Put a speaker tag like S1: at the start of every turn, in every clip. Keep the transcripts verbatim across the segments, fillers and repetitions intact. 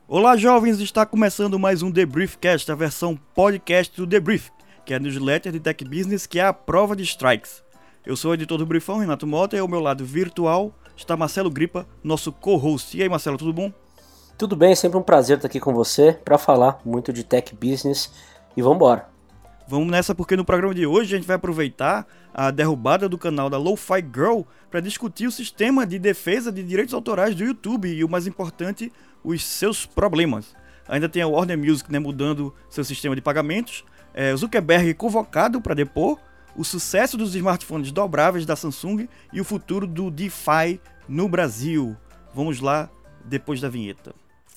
S1: Olá, jovens! Está começando mais um Debriefcast, a versão podcast do Debrief, que é a newsletter de Tech Business que é a prova de strikes. Eu sou o editor do Briefão, Renato Mota, e ao meu lado virtual está Marcelo Gripa, nosso co-host. E aí, Marcelo, tudo bom?
S2: Tudo bem, sempre um prazer estar aqui com você para falar muito de Tech Business e vamos embora.
S1: Vamos nessa porque no programa de hoje a gente vai aproveitar a derrubada do canal da Lo-Fi Girl para discutir o sistema de defesa de direitos autorais do YouTube e, o mais importante, os seus problemas. Ainda tem a Warner Music, né, mudando seu sistema de pagamentos, é, Zuckerberg convocado para depor, o sucesso dos smartphones dobráveis da Samsung e o futuro do DeFi no Brasil. Vamos lá, depois da vinheta.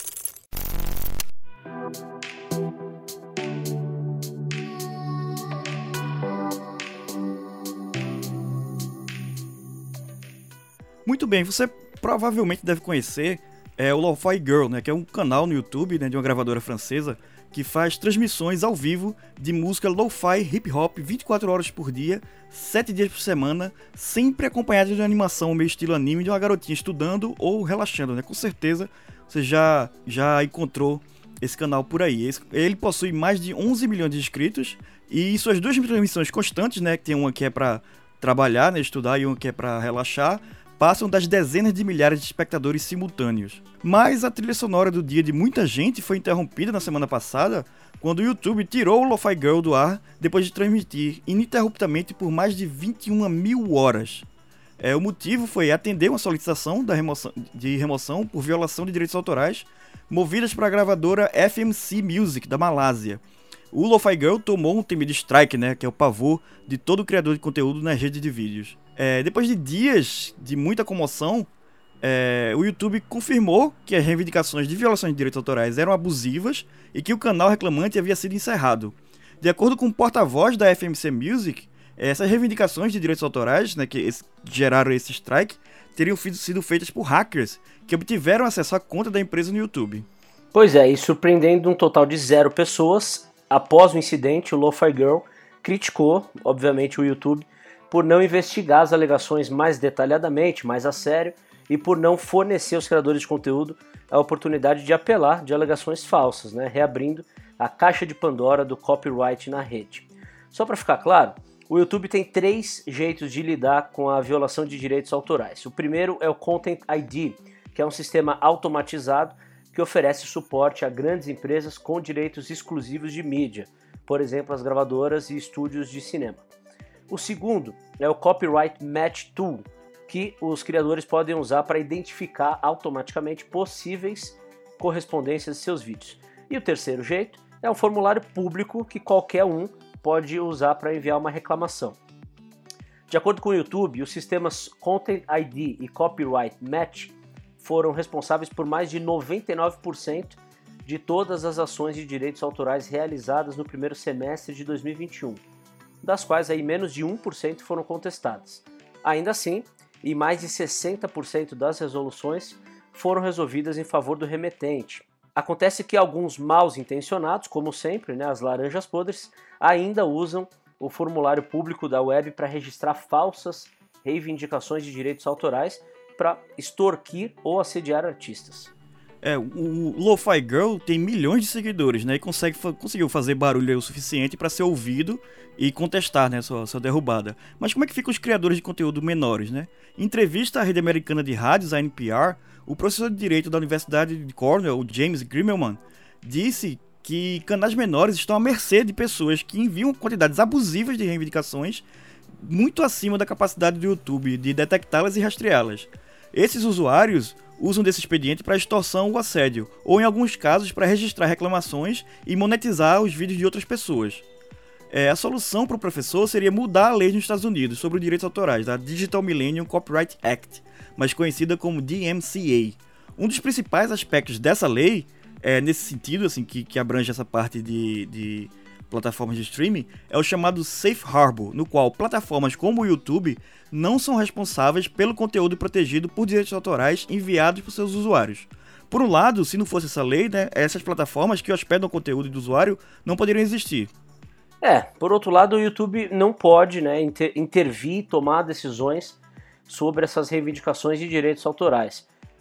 S1: Muito bem, você provavelmente deve conhecer é, o Lo-Fi Girl, né, que é um canal no YouTube, né, de uma gravadora francesa que faz transmissões ao vivo de música lo-fi hip hop vinte e quatro horas por dia, sete dias por semana, sempre acompanhada de uma animação meio estilo anime de uma garotinha estudando ou relaxando, né? Com certeza você já, já encontrou esse canal por aí. Ele possui mais de onze milhões de inscritos e suas duas transmissões constantes, né, que tem uma que é para trabalhar, né, estudar, e uma que é para relaxar, passam das dezenas de milhares de espectadores simultâneos. Mas a trilha sonora do dia de muita gente foi interrompida na semana passada, quando o YouTube tirou o Lo-Fi Girl do ar depois de transmitir ininterruptamente por mais de vinte e uma mil horas. É, o motivo foi atender uma solicitação da remoção, de remoção por violação de direitos autorais movidas para a gravadora F M C Music da Malásia. O Lo-Fi Girl tomou um temido strike, né, que é o pavor de todo criador de conteúdo nas redes de vídeos. É, depois de dias de muita comoção, é, o YouTube confirmou que as reivindicações de violações de direitos autorais eram abusivas e que o canal reclamante havia sido encerrado. De acordo com o porta-voz da F M C Music, essas reivindicações de direitos autorais, né, que esse, geraram esse strike, teriam sido feitas por hackers que obtiveram acesso à conta da empresa no YouTube.
S2: Pois é, e surpreendendo um total de zero pessoas, após o incidente, o Lo-Fi Girl criticou, obviamente, o YouTube por não investigar as alegações mais detalhadamente, mais a sério, e por não fornecer aos criadores de conteúdo a oportunidade de apelar de alegações falsas, né, reabrindo a caixa de Pandora do copyright na rede. Só para ficar claro, o YouTube tem três jeitos de lidar com a violação de direitos autorais. O primeiro é o Content I D, que é um sistema automatizado que oferece suporte a grandes empresas com direitos exclusivos de mídia, por exemplo, as gravadoras e estúdios de cinema. O segundo é o Copyright Match Tool, que os criadores podem usar para identificar automaticamente possíveis correspondências de seus vídeos. E o terceiro jeito é um formulário público que qualquer um pode usar para enviar uma reclamação. De acordo com o YouTube, os sistemas Content I D e Copyright Match foram responsáveis por mais de noventa e nove por cento de todas as ações de direitos autorais realizadas no primeiro semestre de dois mil e vinte e um. Das quais aí menos de um por cento foram contestadas. Ainda assim, e mais de sessenta por cento das resoluções foram resolvidas em favor do remetente. Acontece que alguns maus intencionados, como sempre, né, as laranjas podres, ainda usam o formulário público da web para registrar falsas reivindicações de direitos autorais para extorquir ou assediar artistas.
S1: É, o Lo-Fi Girl tem milhões de seguidores, né, e consegue, conseguiu fazer barulho o suficiente para ser ouvido e contestar, né, sua, sua derrubada. Mas como é que ficam os criadores de conteúdo menores, né? Em entrevista à rede americana de rádios, a N P R, o professor de Direito da Universidade de Cornell, o James Grimmelman, disse que canais menores estão à mercê de pessoas que enviam quantidades abusivas de reivindicações muito acima da capacidade do YouTube de detectá-las e rastreá-las. Esses usuários usam desse expediente para extorsão ou assédio, ou em alguns casos para registrar reclamações e monetizar os vídeos de outras pessoas. É, a solução para o professor seria mudar a lei nos Estados Unidos sobre os direitos autorais, a Digital Millennium Copyright Act, mais conhecida como D M C A. Um dos principais aspectos dessa lei, é, nesse sentido, assim, que, que abrange essa parte de, de plataformas de streaming, é o chamado Safe Harbor, no qual plataformas como o YouTube não são responsáveis pelo conteúdo protegido por direitos autorais enviados por seus usuários. Por um lado, se não fosse essa lei, né, essas plataformas que hospedam o conteúdo do usuário não poderiam existir.
S2: É, por outro lado, o YouTube não pode, né, inter- intervir e tomar decisões sobre essas reivindicações de direitos autorais.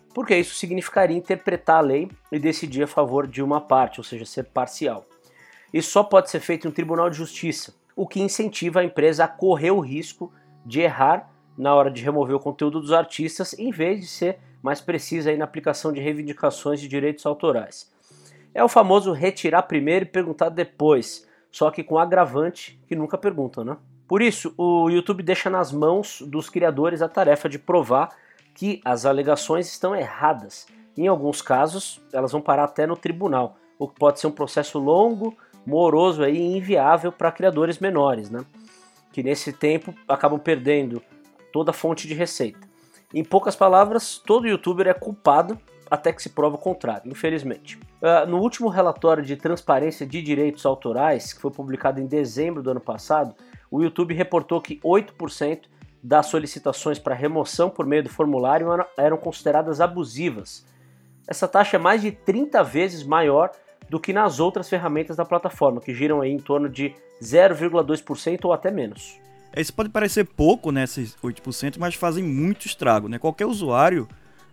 S2: porque isso significaria interpretar a lei e decidir a favor de uma parte, ou seja, ser parcial. Isso só pode ser feito em um tribunal de justiça, o que incentiva a empresa a correr o risco de errar na hora de remover o conteúdo dos artistas, em vez de ser mais precisa aí na aplicação de reivindicações de direitos autorais. É o famoso retirar primeiro e perguntar depois, só que com agravante que nunca perguntam, né? Por isso, o YouTube deixa nas mãos dos criadores a tarefa de provar que as alegações estão erradas. Em alguns casos, elas vão parar até no tribunal, o que pode ser um processo longo, moroso aí, e inviável para criadores menores, né? Que nesse tempo acabam perdendo toda a fonte de receita. Em poucas palavras, todo youtuber é culpado até que se prova o contrário, infelizmente. Uh, no último relatório de transparência de direitos autorais, que foi publicado em dezembro do ano passado, o YouTube reportou que oito por cento das solicitações para remoção por meio do formulário eram consideradas abusivas. Essa taxa é mais de trinta vezes maior do que nas outras ferramentas da plataforma, que giram aí em torno de zero vírgula dois por cento ou até menos.
S1: Isso pode parecer pouco, né, esses oito por cento, mas fazem muito estrago, né? Qualquer usuário,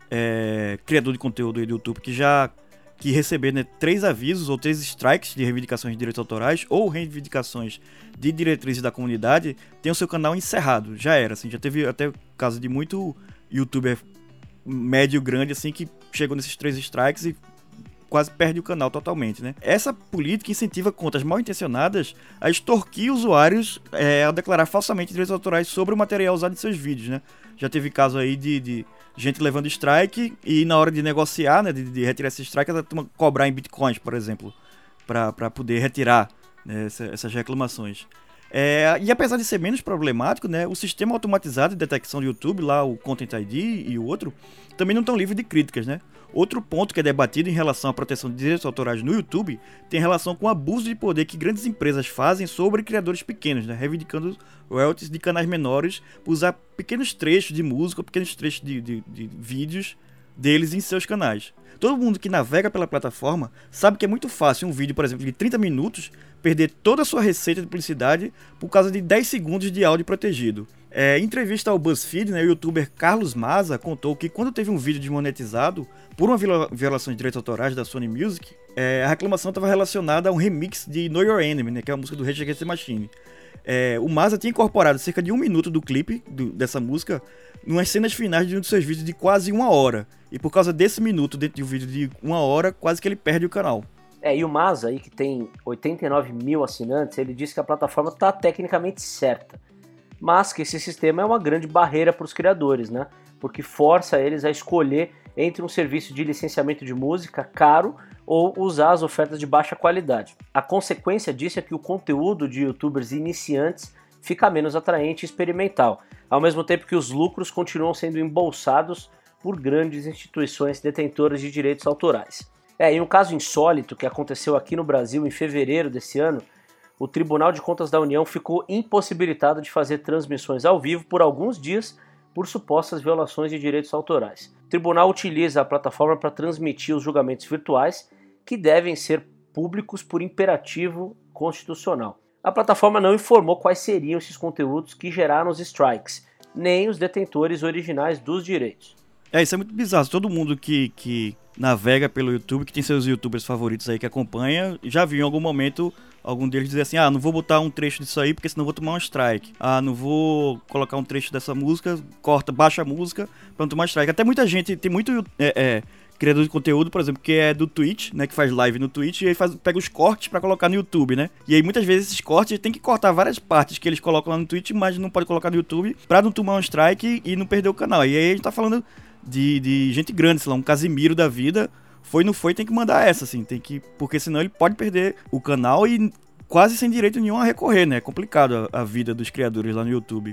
S1: é, criador de conteúdo do YouTube, que já que receber, né, três avisos ou três strikes de reivindicações de direitos autorais ou reivindicações de diretrizes da comunidade, tem o seu canal encerrado. Já era, assim, já teve até caso de muito youtuber médio grande, assim, que chegou nesses três strikes e quase perde o canal totalmente, né? Essa política incentiva contas mal intencionadas a extorquir usuários é, ao declarar falsamente direitos autorais sobre o material usado em seus vídeos, né? Já teve caso aí de, de gente levando strike e na hora de negociar, né, de, de retirar esse strike, ela toma cobrar em bitcoins, por exemplo, para poder retirar, né, essa, essas reclamações. É, e apesar de ser menos problemático, né, o sistema automatizado de detecção do YouTube, lá o Content I D e o outro, também não estão livres de críticas, né? Outro ponto que é debatido em relação à proteção de direitos autorais no YouTube tem relação com o abuso de poder que grandes empresas fazem sobre criadores pequenos, né, reivindicando royalties de canais menores por usar pequenos trechos de música ou pequenos trechos de, de, de vídeos deles em seus canais. Todo mundo que navega pela plataforma sabe que é muito fácil um vídeo, por exemplo, de trinta minutos, perder toda a sua receita de publicidade por causa de dez segundos de áudio protegido. É, em entrevista ao BuzzFeed, né, o youtuber Carlos Maza contou que quando teve um vídeo desmonetizado por uma violação de direitos autorais da Sony Music, é, a reclamação estava relacionada a um remix de Know Your Enemy, né, que é a música do Rage Against the Machine. É, o Maza tinha incorporado cerca de um minuto do clipe do, dessa música nas cenas finais de um dos seus vídeos de quase uma hora. E por causa desse minuto dentro de um vídeo de uma hora, quase que ele perde o canal.
S2: É, e o Maza, aí, que tem oitenta e nove mil assinantes, ele disse que a plataforma está tecnicamente certa, mas que esse sistema é uma grande barreira para os criadores, né? Porque força eles a escolher entre um serviço de licenciamento de música caro ou usar as ofertas de baixa qualidade. A consequência disso é que o conteúdo de youtubers iniciantes fica menos atraente e experimental, ao mesmo tempo que os lucros continuam sendo embolsados por grandes instituições detentoras de direitos autorais. É, em um caso insólito que aconteceu aqui no Brasil em fevereiro desse ano, o Tribunal de Contas da União ficou impossibilitado de fazer transmissões ao vivo por alguns dias por supostas violações de direitos autorais. O tribunal utiliza a plataforma para transmitir os julgamentos virtuais, que devem ser públicos por imperativo constitucional. A plataforma não informou quais seriam esses conteúdos que geraram os strikes, nem os detentores originais dos direitos.
S1: É, isso é muito bizarro. Todo mundo que, que navega pelo YouTube, que tem seus youtubers favoritos aí que acompanha, já viu em algum momento algum deles dizer assim: ah, não vou botar um trecho disso aí porque senão vou tomar um strike. Ah, não vou colocar um trecho dessa música, corta, baixa a música pra não tomar strike. Até muita gente, tem muito é, é, criador de conteúdo, por exemplo, que é do Twitch, né, que faz live no Twitch e aí faz, pega os cortes pra colocar no YouTube, né? E aí muitas vezes esses cortes tem que cortar várias partes que eles colocam lá no Twitch, mas não pode colocar no YouTube pra não tomar um strike e não perder o canal. E aí a gente tá falando de, de gente grande, sei lá, um Casimiro da vida, foi, não foi, tem que mandar essa, assim, tem que, porque senão ele pode perder o canal e quase sem direito nenhum a recorrer, né? É complicado a, a vida dos criadores lá no YouTube.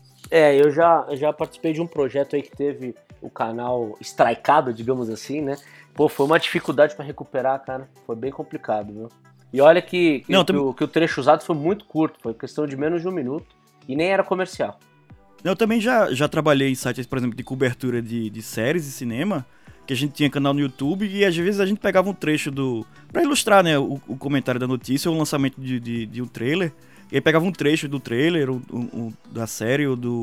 S2: É, eu já, já participei de um projeto aí que teve o canal strikeado, digamos assim, né? Pô, foi uma dificuldade pra recuperar, cara. Foi bem complicado, viu? E olha que, que, Não, que, também... o, que o trecho usado foi muito curto, foi questão de menos de um minuto e nem era comercial.
S1: Eu também já, já trabalhei em sites, por exemplo, de cobertura de, de séries e cinema, que a gente tinha canal no YouTube e às vezes a gente pegava um trecho do... pra ilustrar, né, o, o comentário da notícia ou o lançamento de, de, de um trailer, e aí pegava um trecho do trailer, ou, um, um, da série ou do,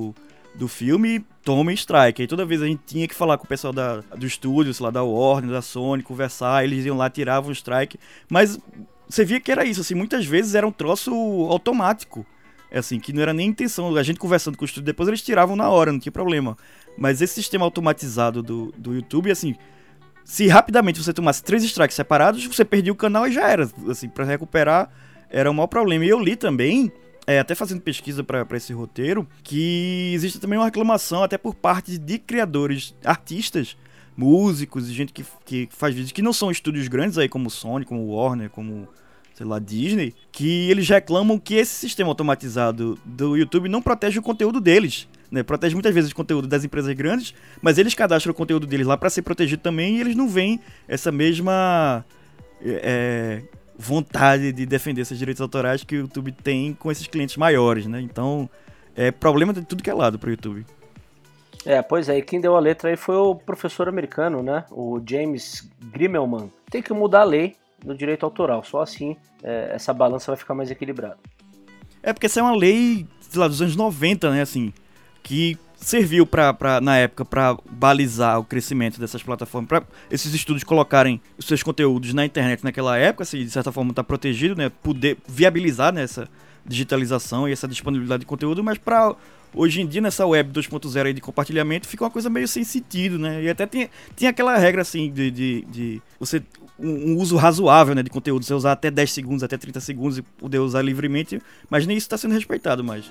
S1: do filme, toma strike. Aí toda vez a gente tinha que falar com o pessoal da, do estúdio, sei lá, da Warner, da Sony, conversar, eles iam lá, tiravam o strike. Mas você via que era isso, assim, muitas vezes era um troço automático. É assim, que não era nem intenção. A gente conversando com o estúdio depois, eles tiravam na hora, não tinha problema. Mas esse sistema automatizado do, do YouTube, assim, se rapidamente você tomasse três strikes separados, você perdia o canal e já era. Assim, pra recuperar era o maior problema. E eu li também, é, até fazendo pesquisa pra, pra esse roteiro, que existe também uma reclamação, até por parte de criadores, artistas, músicos e gente que, que faz vídeos que não são estúdios grandes aí, como Sony, como Warner, como, sei lá, Disney, que eles reclamam que esse sistema automatizado do YouTube não protege o conteúdo deles. Né, protege muitas vezes o conteúdo das empresas grandes, mas eles cadastram o conteúdo deles lá para ser protegido também e eles não veem essa mesma é, vontade de defender esses direitos autorais que o YouTube tem com esses clientes maiores, né? Então, é problema de tudo que é lado pro YouTube.
S2: É, pois é, e quem deu a letra aí foi o professor americano, né? O James Grimmelman. Tem que mudar a lei do direito autoral, só assim é, essa balança vai ficar mais equilibrada.
S1: É porque essa é uma lei, sei lá, dos anos noventa, né, assim, que serviu pra, pra, na época para balizar o crescimento dessas plataformas, para esses estúdios colocarem os seus conteúdos na internet naquela época, assim, de certa forma tá protegido, né, poder viabilizar, né, essa digitalização e essa disponibilidade de conteúdo, mas para hoje em dia, nessa web dois ponto zero aí de compartilhamento, fica uma coisa meio sem sentido, né, e até tinha, tinha aquela regra, assim, de, de, de você, um, um uso razoável, né, de conteúdo, você usar até dez segundos, até trinta segundos e poder usar livremente, mas nem isso está sendo respeitado mais.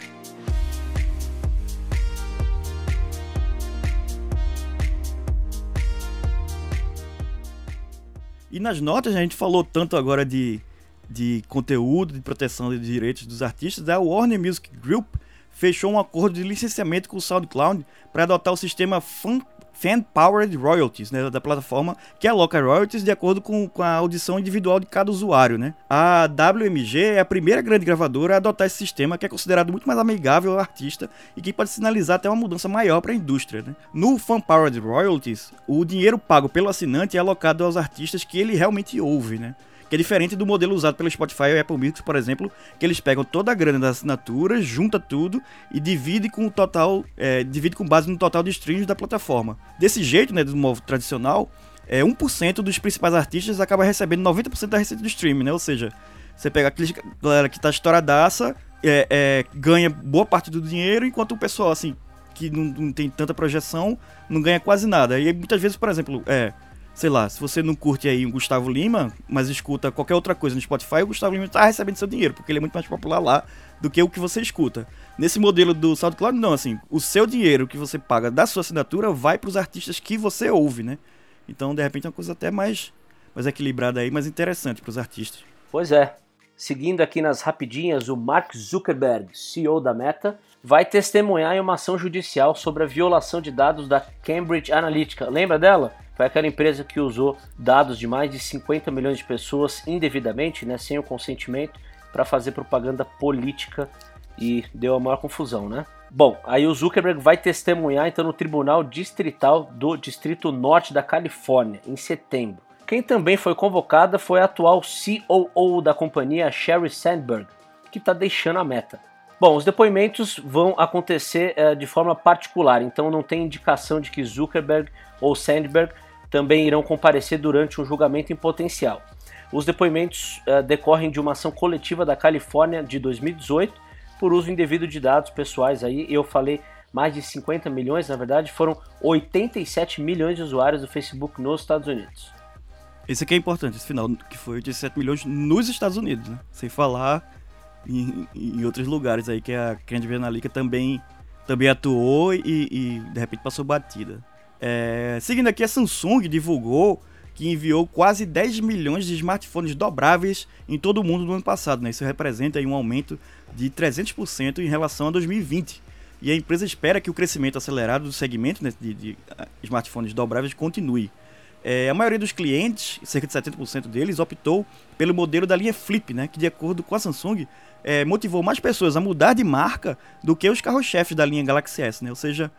S1: E nas notas, a gente falou tanto agora de, de conteúdo, de proteção de direitos dos artistas. A Warner Music Group fechou um acordo de licenciamento com o SoundCloud para adotar o sistema Fan, Fan-Powered Royalties, né, da plataforma, que aloca royalties de acordo com, com a audição individual de cada usuário. Né. A W M G é a primeira grande gravadora a adotar esse sistema, que é considerado muito mais amigável ao artista e que pode sinalizar até uma mudança maior para a indústria. Né. No Fan-Powered Royalties, o dinheiro pago pelo assinante é alocado aos artistas que ele realmente ouve, né. Que é diferente do modelo usado pelo Spotify e Apple Music, por exemplo, que eles pegam toda a grana das assinaturas, junta tudo e divide com o total, é, divide com base no total de streams da plataforma. Desse jeito, né, do modo tradicional, é, um por cento dos principais artistas acaba recebendo noventa por cento da receita do streaming, né? Ou seja, você pega aqueles galera que tá estouradaça, é, é, ganha boa parte do dinheiro, enquanto o pessoal, assim, que não, não tem tanta projeção, não ganha quase nada. E muitas vezes, por exemplo, é... sei lá, se você não curte aí o Gustavo Lima, mas escuta qualquer outra coisa no Spotify, o Gustavo Lima tá recebendo seu dinheiro, porque ele é muito mais popular lá do que o que você escuta. Nesse modelo do SoundCloud, não, assim, o seu dinheiro que você paga da sua assinatura vai pros artistas que você ouve, né? Então, de repente, é uma coisa até mais, mais equilibrada aí, mais interessante pros artistas.
S2: Pois é. Seguindo aqui nas rapidinhas, o Mark Zuckerberg, C E O da Meta, vai testemunhar em uma ação judicial sobre a violação de dados da Cambridge Analytica. Lembra dela? Foi aquela empresa que usou dados de mais de cinquenta milhões de pessoas indevidamente, né, sem o consentimento, para fazer propaganda política e deu a maior confusão, né? Bom, aí o Zuckerberg vai testemunhar então no Tribunal Distrital do Distrito Norte da Califórnia, em setembro. Quem também foi convocada foi a atual C O O da companhia, Sheryl Sandberg, que está deixando a Meta. Bom, os depoimentos vão acontecer é, de forma particular, então não tem indicação de que Zuckerberg ou Sandberg também irão comparecer durante um julgamento em potencial. Os depoimentos uh, decorrem de uma ação coletiva da Califórnia de dois mil e dezoito por uso indevido de dados pessoais. Aí eu falei mais de cinquenta milhões, na verdade foram oitenta e sete milhões de usuários do Facebook nos Estados Unidos.
S1: Esse aqui é importante, esse final, que foi oitenta e sete milhões nos Estados Unidos, né? Sem falar em, em outros lugares aí que a Cambridge Analytica também, também atuou e, e de repente passou batida. É, seguindo aqui, a Samsung divulgou que enviou quase dez milhões de smartphones dobráveis em todo o mundo no ano passado, né? Isso representa aí um aumento de trezentos por cento em relação a dois mil e vinte. E a empresa espera que o crescimento acelerado do segmento, né, de, de smartphones dobráveis continue. É, a maioria dos clientes, cerca de setenta por cento deles, optou pelo modelo da linha Flip, né, que de acordo com a Samsung, é, motivou mais pessoas a mudar de marca do que os carros-chefes da linha Galaxy S, né? Ou seja,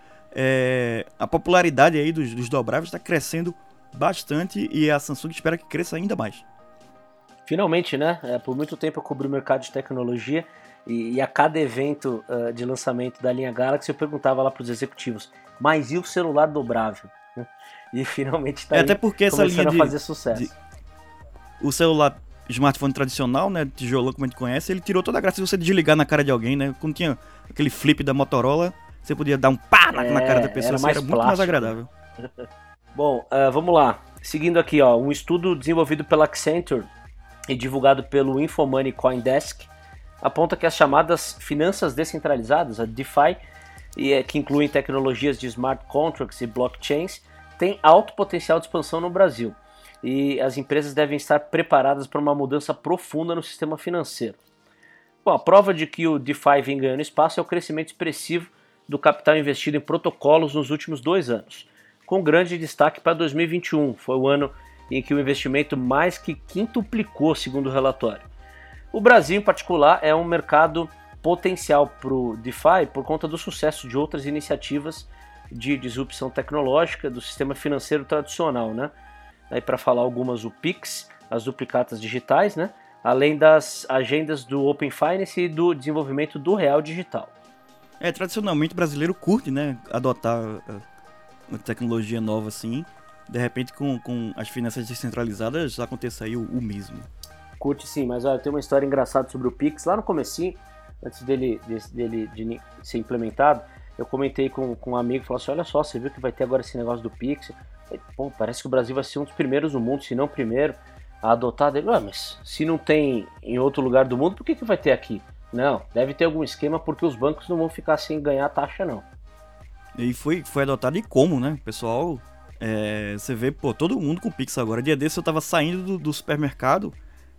S1: é, a popularidade aí dos, dos dobráveis está crescendo bastante e a Samsung espera que cresça ainda mais.
S2: Finalmente, né? É, por muito tempo eu cobri o mercado de tecnologia e, e a cada evento uh, de lançamento da linha Galaxy eu perguntava lá para os executivos, mas e o celular dobrável? E finalmente está
S1: É
S2: aí
S1: até porque essa linha
S2: começando a
S1: de,
S2: fazer sucesso.
S1: de- o celular, smartphone tradicional, né, tijolão como a gente conhece, ele tirou toda a graça de você desligar na cara de alguém, né? Quando tinha aquele flip da Motorola, você podia dar um pá na,
S2: É,
S1: na cara da pessoa,
S2: era
S1: assim,
S2: mais
S1: era muito mais
S2: plástico.
S1: agradável.
S2: Bom, uh, vamos lá. Seguindo aqui, ó, um estudo desenvolvido pela Accenture e divulgado pelo Infomoney Coindesk aponta que as chamadas finanças descentralizadas, a DeFi, e é, que incluem tecnologias de smart contracts e blockchains, têm alto potencial de expansão no Brasil. E as empresas devem estar preparadas para uma mudança profunda no sistema financeiro. Bom, a prova de que o DeFi vem ganhando espaço é o crescimento expressivo do capital investido em protocolos nos últimos dois anos, com grande destaque para dois mil e vinte e um, foi o ano em que o investimento mais que quintuplicou, segundo o relatório. O Brasil, em particular, é um mercado potencial para o DeFi por conta do sucesso de outras iniciativas de disrupção tecnológica do sistema financeiro tradicional, né? Aí para falar algumas, o Pix, as duplicatas digitais, né? Além das agendas do Open Finance e do desenvolvimento do Real Digital.
S1: É, tradicionalmente o brasileiro curte, né, adotar uma tecnologia nova assim. De repente, com, com as finanças descentralizadas, aconteça aí o, o mesmo.
S2: Curte sim, mas olha, tem uma história engraçada sobre o Pix. Lá no comecinho, antes dele, dele de ser implementado, eu comentei com, com um amigo, falou assim, olha só, você viu que vai ter agora esse negócio do Pix? Pô, parece que o Brasil vai ser um dos primeiros no mundo, se não o primeiro, a adotar dele. Ué, mas se não tem em outro lugar do mundo, por que, que vai ter aqui? Não, deve ter algum esquema porque os bancos não vão ficar sem ganhar taxa, não.
S1: E foi, foi adotado e como, né? Pessoal, é, você vê, pô, todo mundo com Pix agora. Dia desse eu tava saindo do, do supermercado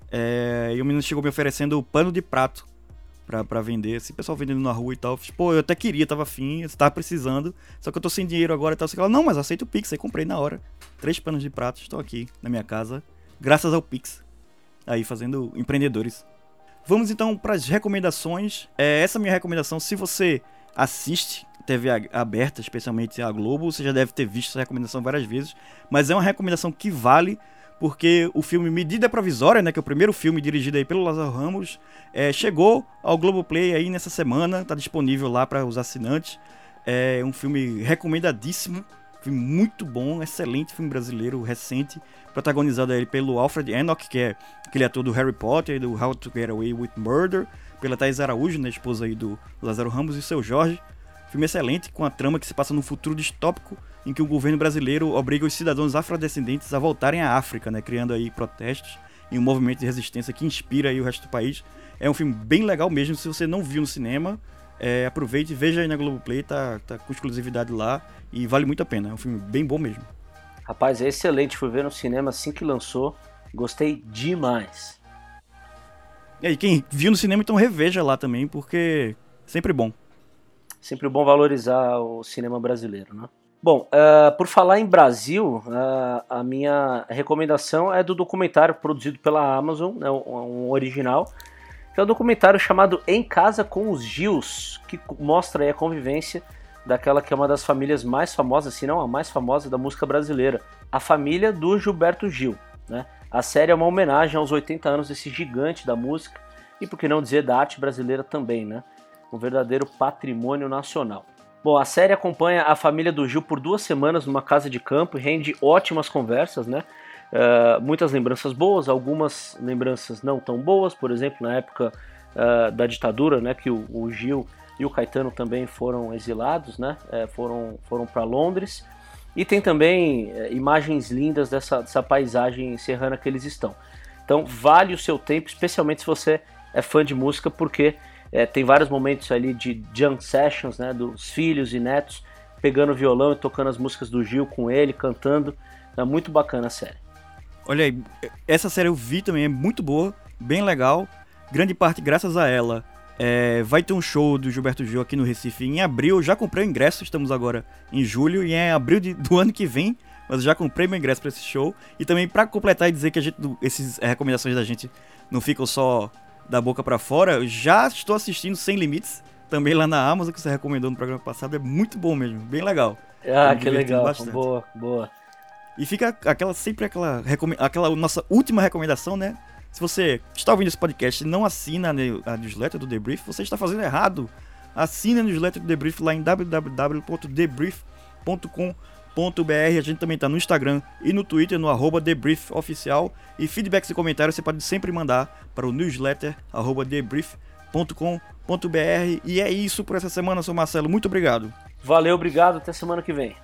S1: é, e o menino chegou me oferecendo pano de prato pra, pra vender. Assim, pessoal vendendo na rua e tal. Pô, eu até queria, tava afim, eu tava precisando. Só que eu tô sem dinheiro agora e tal. Você fala, não, mas aceito o Pix. Aí comprei na hora. Três panos de prato, estão aqui na minha casa. Graças ao Pix. Aí, fazendo empreendedores. Vamos então para as recomendações. É, essa minha recomendação, se você assiste T V aberta, especialmente a Globo, você já deve ter visto essa recomendação várias vezes, mas é uma recomendação que vale, porque o filme Medida Provisória, né, que é o primeiro filme dirigido aí pelo Lázaro Ramos, é, chegou ao Globoplay aí nessa semana, tá disponível lá para os assinantes. É um filme recomendadíssimo, filme muito bom, excelente filme brasileiro, recente, protagonizado aí pelo Alfred Enoch, que é aquele ator do Harry Potter e do How to Get Away with Murder, pela Thaís Araújo, né, esposa aí do Lázaro Ramos, e seu Jorge. Filme excelente, com a trama que se passa num futuro distópico em que o governo brasileiro obriga os cidadãos afrodescendentes a voltarem à África, né, criando aí protestos e um movimento de resistência que inspira aí o resto do país. É um filme bem legal mesmo, se você não viu no cinema, é, aproveite e veja aí na Globoplay, tá, tá com exclusividade lá e vale muito a pena, é um filme bem bom mesmo.
S2: Rapaz, é excelente, fui ver no cinema assim que lançou, gostei demais.
S1: E aí, quem viu no cinema, então reveja lá também, porque é sempre bom.
S2: Sempre bom valorizar o cinema brasileiro, né? Bom, uh, por falar em Brasil, uh, a minha recomendação é do documentário produzido pela Amazon, né, um, um original, que é um documentário chamado Em Casa com os Gils, que mostra aí a convivência daquela que é uma das famílias mais famosas, se não a mais famosa da música brasileira, a família do Gilberto Gil, né? A série é uma homenagem aos oitenta anos desse gigante da música e, por que não dizer, da arte brasileira também, né? Um verdadeiro patrimônio nacional. Bom, a série acompanha a família do Gil por duas semanas numa casa de campo e rende ótimas conversas, né? Uh, muitas lembranças boas, algumas lembranças não tão boas, por exemplo, na época uh, da ditadura, né, que o, o Gil e o Caetano também foram exilados, né, uh, foram, foram para Londres, e tem também uh, imagens lindas dessa, dessa paisagem serrana que eles estão. Então vale o seu tempo, especialmente se você é fã de música, porque uh, tem vários momentos ali de jam sessions, né, dos filhos e netos pegando violão e tocando as músicas do Gil com ele, cantando. É muito bacana a série.
S1: Olha aí, essa série eu vi também, é muito boa, bem legal, grande parte graças a ela. É, vai ter um show do Gilberto Gil aqui no Recife em abril, eu já comprei o ingresso, estamos agora em julho, e é em abril de, do ano que vem, mas eu já comprei meu ingresso para esse show. E também para completar e dizer que a gente, esses recomendações da gente não ficam só da boca para fora, eu já estou assistindo Sem Limites, também lá na Amazon, que você recomendou no programa passado, é muito bom mesmo, bem legal.
S2: Ah, que legal, bastante. boa, boa.
S1: E fica aquela, sempre aquela, aquela nossa última recomendação, né? Se você está ouvindo esse podcast e não assina a newsletter do Debrief, você está fazendo errado. Assine a newsletter do Debrief lá em w w w ponto debrief ponto com ponto b r. A gente também está no Instagram e no Twitter, no arroba debriefoficial. E feedbacks e comentários você pode sempre mandar para o newsletter arroba debrief ponto com ponto b r. E é isso por essa semana, seu Marcelo. Muito obrigado.
S2: Valeu, obrigado. Até semana que vem.